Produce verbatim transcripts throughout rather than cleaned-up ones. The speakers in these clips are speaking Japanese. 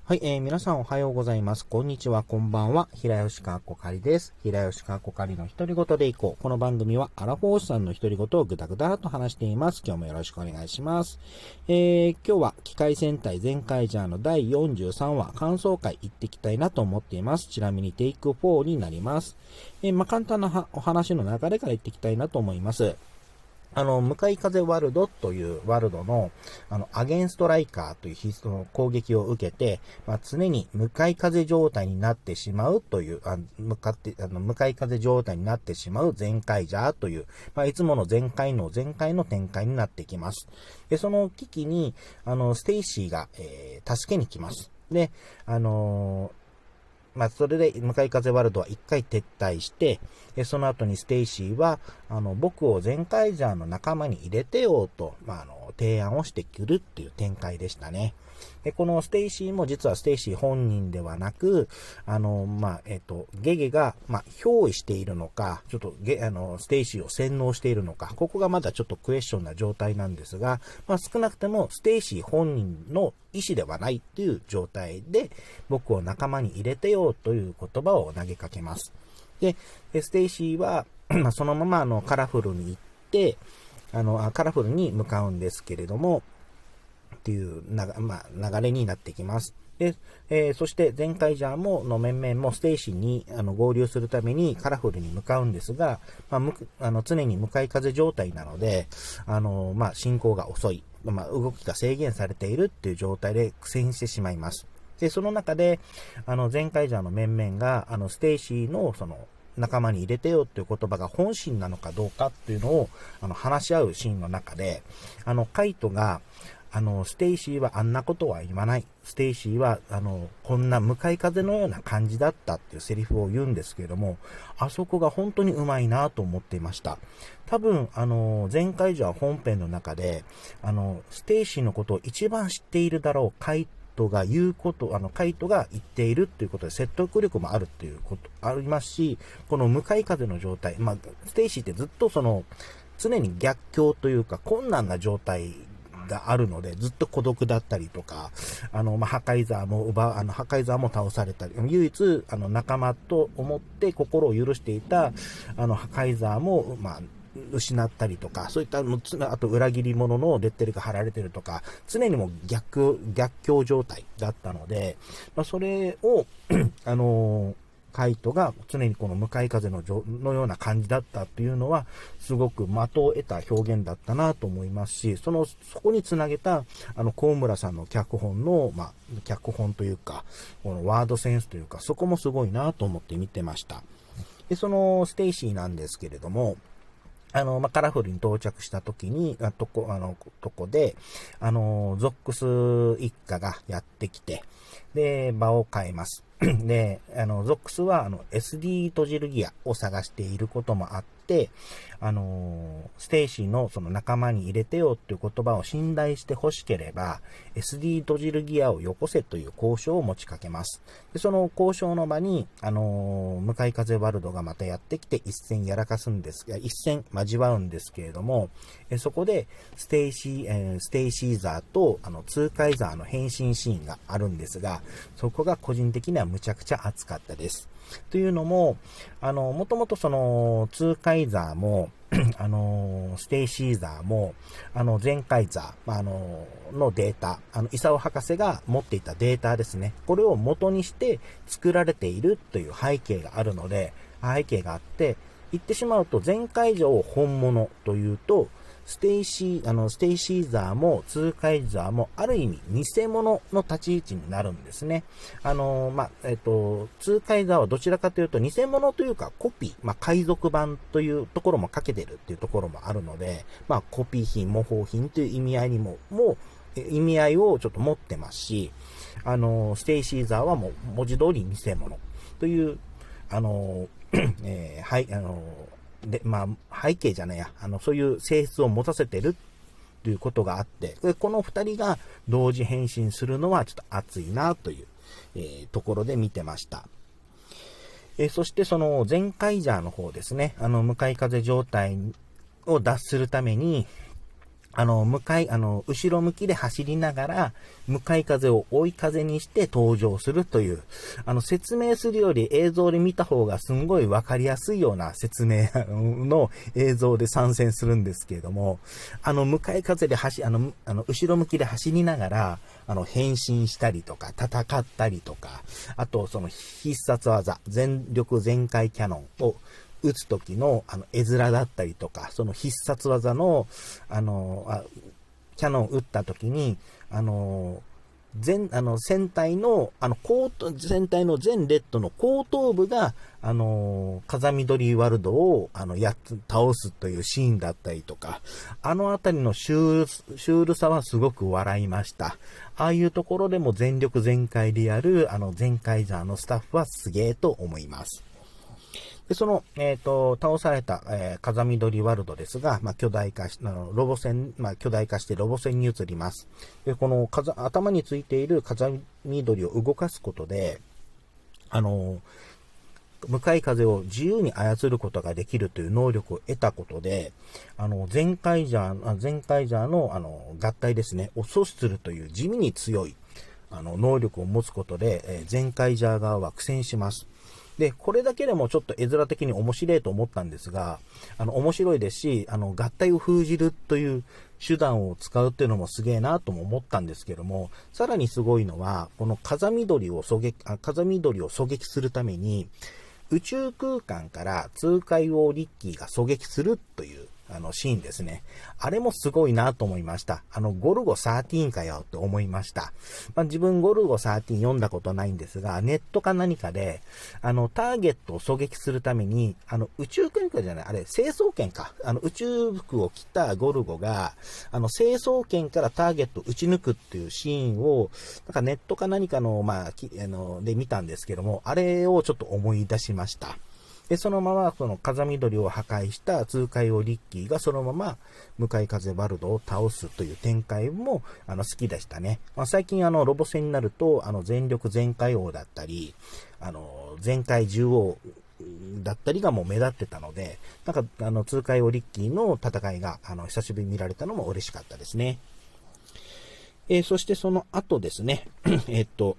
はい、えー、皆さんおはようございます。こんにちは、こんばんは。平吉川こかりです。平吉川こかりの独り言でいこう。この番組はアラフォーシさんの独り言をぐだぐだと話しています。今日もよろしくお願いします。えー、今日は機械戦隊全カイジャーのだいよんじゅうさんわ感想会行ってきたいなと思っています。ちなみにテイクフォーになります。えー、まあ、簡単なお話の流れから行ってきたいなと思います。あの、向かい風ワルドというワルドの、あの、アゲンストライカーという必須の攻撃を受けて、まあ、常に向かい風状態になってしまうという、あ向かって、あの、向かい風状態になってしまう全開ジャーという、まあ、いつもの全開の全開の展開になってきます。で、その危機に、あの、ステイシーが、えー、助けに来ます。で、あのーまあ、それで、向かい風ワルドは一回撤退して、その後にステイシーは、あの、僕をゼンカイジャーの仲間に入れてよと、まあ、あの、提案をしてくるっていう展開でしたね。で、このステイシーも実はステイシー本人ではなく、あの、まあ、えっと、ゲゲが、まあ、憑依しているのか、ちょっとゲ、あの、ステイシーを洗脳しているのか、ここがまだちょっとクエスチョンな状態なんですが、まあ、少なくてもステイシー本人の意思ではないっていう状態で、僕を仲間に入れてよという言葉を投げかけます。で、ステイシーは、まあ、そのままあの、カラフルに行って、あの、カラフルに向かうんですけれども、っていうな、まあ、流れになってきます。で、えー、そして前回ジャーもの面々もステイシーにあの合流するためにカラフルに向かうんですが、まあ、むあの常に向かい風状態なので、あのまあ、進行が遅い、まあ、動きが制限されているっていう状態で苦戦してしまいます。で、その中で、あの前回ジャーの面々があのステイシーのその仲間に入れてよっていう言葉が本心なのかどうかっていうのをあの話し合うシーンの中で、あのカイトがあの、ステイシーはあんなことは言わない。ステイシーは、あの、こんな向かい風のような感じだったっていうセリフを言うんですけれども、あそこが本当にうまいなと思っていました。多分、あの、前回じゃ本編の中で、あの、ステイシーのことを一番知っているだろう、カイトが言うこと、あの、カイトが言っているっていうことで説得力もあるっていうこと、ありますし、この向かい風の状態、まあ、ステイシーってずっとその、常に逆境というか困難な状態があるので、ずっと孤独だったりとか、あの、まあ、破壊ザーも奪う、あの、破壊ザーも倒されたり、唯一、あの、仲間と思って心を許していた、あの、破壊ザーも、まあ、失ったりとか、そういった、あと裏切り者のレッテルが貼られてるとか、常にも逆、逆境状態だったので、まあ、それを、あのー、カイトが常にこの向かい風ののような感じだったっていうのは、すごく的を得た表現だったなと思いますし、その、そこにつなげた、あの、高村さんの脚本の、まあ、脚本というか、このワードセンスというか、そこもすごいなと思って見てました。で、そのステイシーなんですけれども、あの、まあ、カラフルに到着した時に、あとこ、あの、とこで、あの、ゾックス一家がやってきて、で、場を変えます。で、あの、ゾックスは、あの、エスディー 閉じるギアを探していることもあって、あの、ステイシーのその仲間に入れてよっていう言葉を信頼して欲しければ、エスディー 閉じるギアをよこせという交渉を持ちかけます。で、その交渉の場に、あの、向かい風ワルドがまたやってきて一戦やらかすんですが、一戦交わうんですけれども、えそこで、ステイシー、えー、ステイシーザーと、あの、ツーカイザーの変身シーンがあるんですが、そこが個人的にはむちゃくちゃ熱かったです。というのも、あの、もともとその、ツーカイザーも、あの、ステイシーザーも、あの、ゼンカイザー、あの、のデータ、あの、イサオ博士が持っていたデータですね。これを元にして作られているという背景があるので、背景があって、言ってしまうと、ゼンカイザーを本物というと、ステイシー、あの、ステイシーザーも、ツーカイザーも、ある意味、偽物の立ち位置になるんですね。あの、まあ、えっと、ツーカイザーはどちらかというと、偽物というか、コピー、まあ、海賊版というところもかけてるっていうところもあるので、まあ、コピー品、模倣品という意味合いにも、もう、意味合いをちょっと持ってますし、あの、ステイシーザーはもう、文字通り偽物という、あの、えー、はい、あの、で、まあ、背景じゃないや、あの、そういう性質を持たせてるということがあって、この二人が同時変身するのはちょっと熱いなという、えー、ところで見てました。えー、そしてそのゼンカイジャーの方ですね、あの、向かい風状態を脱するために、 あの、向かい、あの、後ろ向きで走りながら、向かい風を追い風にして登場するという、あの、説明するより映像で見た方がすんごいわかりやすいような説明の映像で参戦するんですけれども、あの、向かい風で走、あの、あの、後ろ向きで走りながら、あの、変身したりとか、戦ったりとか、あと、その必殺技、全力全開キャノンを、打つ時の、あの、絵面だったりとか、その必殺技の、あの、あキャノン打った時に、あの、全、あの、船体の、あの、後頭、船体の全レッドの後頭部が、あの、風見鶏ワルドを、あの、やつ、倒すというシーンだったりとか、あのあたりのシュール、シュールさはすごく笑いました。ああいうところでも全力全開でやる、あの、全開ジャーのスタッフはすげえと思います。で、その、えっと、倒された、えー、風見鶏ワルドですが、まあ、巨大化し、あの、ロボ船、まあ、巨大化してロボ船に移ります。で、この風、頭についている風見鶏を動かすことで、あの、向かい風を自由に操ることができるという能力を得たことで、あの、全開ジャー、全開ジャーの、あの、合体ですね、を阻止するという地味に強い、あの、能力を持つことで、えー、全開ジャー側は苦戦します。で、これだけでもちょっと絵面的に面白いと思ったんですが、あの、面白いですし、あの、合体を封じるという手段を使うっていうのもすげえなとも思ったんですけども、さらにすごいのは、この風見鶏を狙撃、あ風見鶏を狙撃するために、宇宙空間から痛快王リッキーが狙撃するという、あのシーンですね。あれもすごいなと思いました。あの、ゴルゴじゅうさんかよって思いました。まあ、自分ゴルゴじゅうさん読んだことないんですが、ネットか何かで、あの、ターゲットを狙撃するために、あの、宇宙空間じゃない、あれ、成層圏か。あの、宇宙服を着たゴルゴが、あの、成層圏からターゲットを撃ち抜くっていうシーンを、なんかネットか何かの、まあ、きあの、で見たんですけども、あれをちょっと思い出しました。で、そのまま、その風見鶏を破壊した痛快王リッキーがそのまま向かい風ワルドを倒すという展開も、あの、好きでしたね。まあ、最近あの、ロボ戦になると、あの、全力全開王だったり、あの、全開獣王だったりがもう目立ってたので、なんか、あの、痛快王リッキーの戦いが、あの、久しぶりに見られたのも嬉しかったですね。えー、そしてその後ですね、えっと、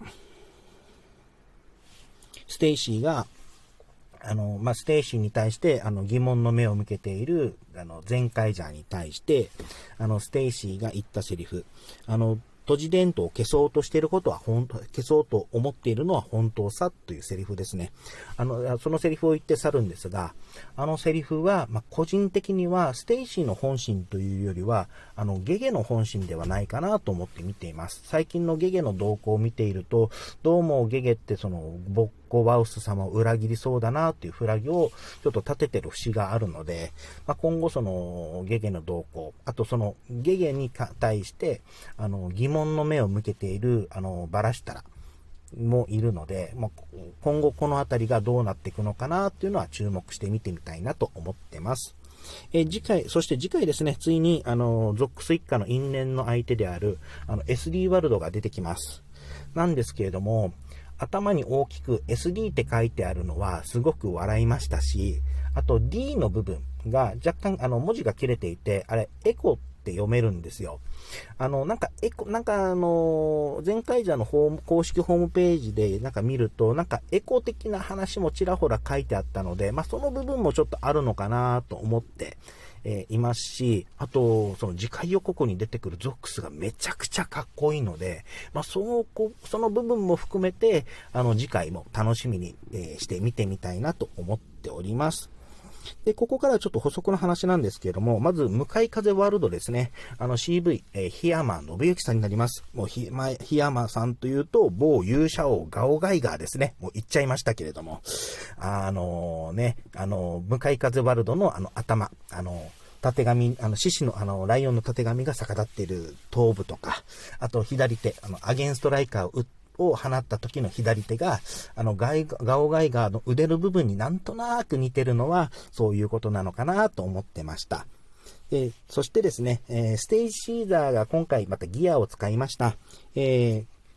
ステイシーが、あの、まあ、ステイシーに対して、あの、疑問の目を向けている、あの、全開ジャーに対して、あの、ステイシーが言ったセリフ、あの、都市伝統を消そうとしていることは本当、消そうと思っているのは本当さというセリフですね。あの、そのセリフを言って去るんですが、あのセリフは、まあ、個人的にはステイシーの本心というよりは、あの、ゲゲの本心ではないかなと思って見ています。最近のゲゲの動向を見ていると、どうもゲゲってその、ボッコバウス様を裏切りそうだなっていうフラグをちょっと立ててる節があるので、まあ、今後その、ゲゲの動向、あとその、ゲゲに対して、あの、疑問の目を向けている、あの、バラシタラもいるので、まあ、今後このあたりがどうなっていくのかなっていうのは注目して見てみたいなと思ってます。えー、次回、そして次回ですね、ついに、あの、ゾックス一家の因縁の相手である、あの、エスディー ワールドが出てきます。なんですけれども、頭に大きく エスディー って書いてあるのはすごく笑いましたし、あと D の部分が若干あの文字が切れていて、あれエコって読めるんですよ。あの、なんかエコ、なんかあの、全開ジャーのホーム、公式ホームページでなんか見ると、なんかエコ的な話もちらほら書いてあったので、まあその部分もちょっとあるのかなと思って、えー、いますし、あと、その次回予告に出てくるゾックスがめちゃくちゃかっこいいので、まあ、その、その部分も含めて、あの、次回も楽しみに、えー、して見てみたいなと思っております。で、ここからちょっと補足の話なんですけれども、まず、向かい風ワールドですね。あの シーブイ、えー、檜山信之さんになります。もうひ、ま、檜山さんというと、某勇者王ガオガイガーですね。もう言っちゃいましたけれども。あのー、ね、あのー、向かい風ワールドのあの頭、あのー、縦紙、あの、獅子の、あの、ライオンの縦紙が逆立っている頭部とか、あと左手、あの、アゲンストライカーを打って、を放った時の左手が、あの、ガイ、ガオガイガーの腕の部分になんとなく似てるのは、そういうことなのかなと思ってました。えー、そしてですね、えー、ステイシーザーが今回またギアを使いました。えー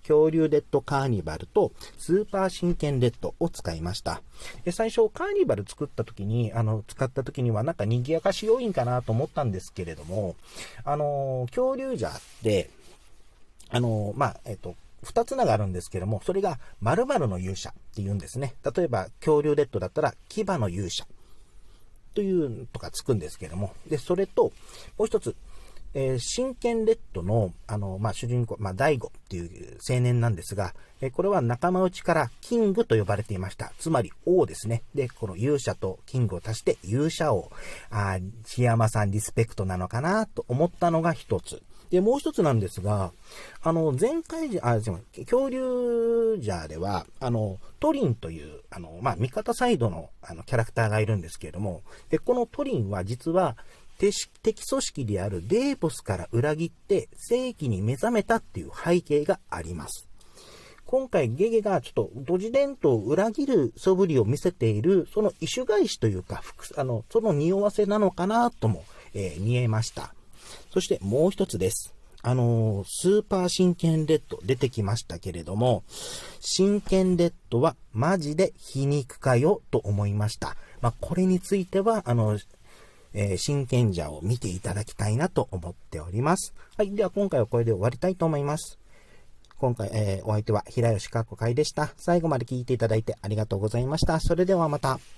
恐竜レッドカーニバルとスーパー真剣レッドを使いました。で最初カーニバル作った時に、あの、使った時にはなんか賑やかし要因かなと思ったんですけれども、あの、恐竜ジャーって、あの、まあ、えっと、二つ名があるんですけども、それが〇〇の勇者って言うんですね。例えば、恐竜レッドだったら、牙の勇者というとかつくんですけども、で、それと、もう一つ、えー、真剣レッドの、あの、まあ、主人公、まあ、大悟っていう青年なんですが、えー、これは仲間内からキングと呼ばれていました。つまり王ですね。で、この勇者とキングを足して勇者王。あ、檜山さんリスペクトなのかなと思ったのが一つ。で、もう一つなんですが、あの、前回じゃ、あ、違う、恐竜ジャーでは、あの、トリンという、あの、まあ、味方サイドの、あの、キャラクターがいるんですけれども、で、このトリンは実は、敵組織であるデーボスから裏切って正義に目覚めたっていう背景があります。今回ゲゲがちょっとドジ伝統を裏切る素振りを見せている、その意種返しというか、あの、その匂わせなのかなとも、えー、見えました。そしてもう一つです。あのー、スーパー真剣レッド出てきましたけれども、真剣レッドはマジで皮肉かよと思いました。まあ、これについては、あの、えー、真剣ジャーを見ていただきたいなと思っております。はい。では今回はこれで終わりたいと思います。今回、えー、お相手は平吉かっこかいでした。最後まで聞いていただいてありがとうございました。それではまた。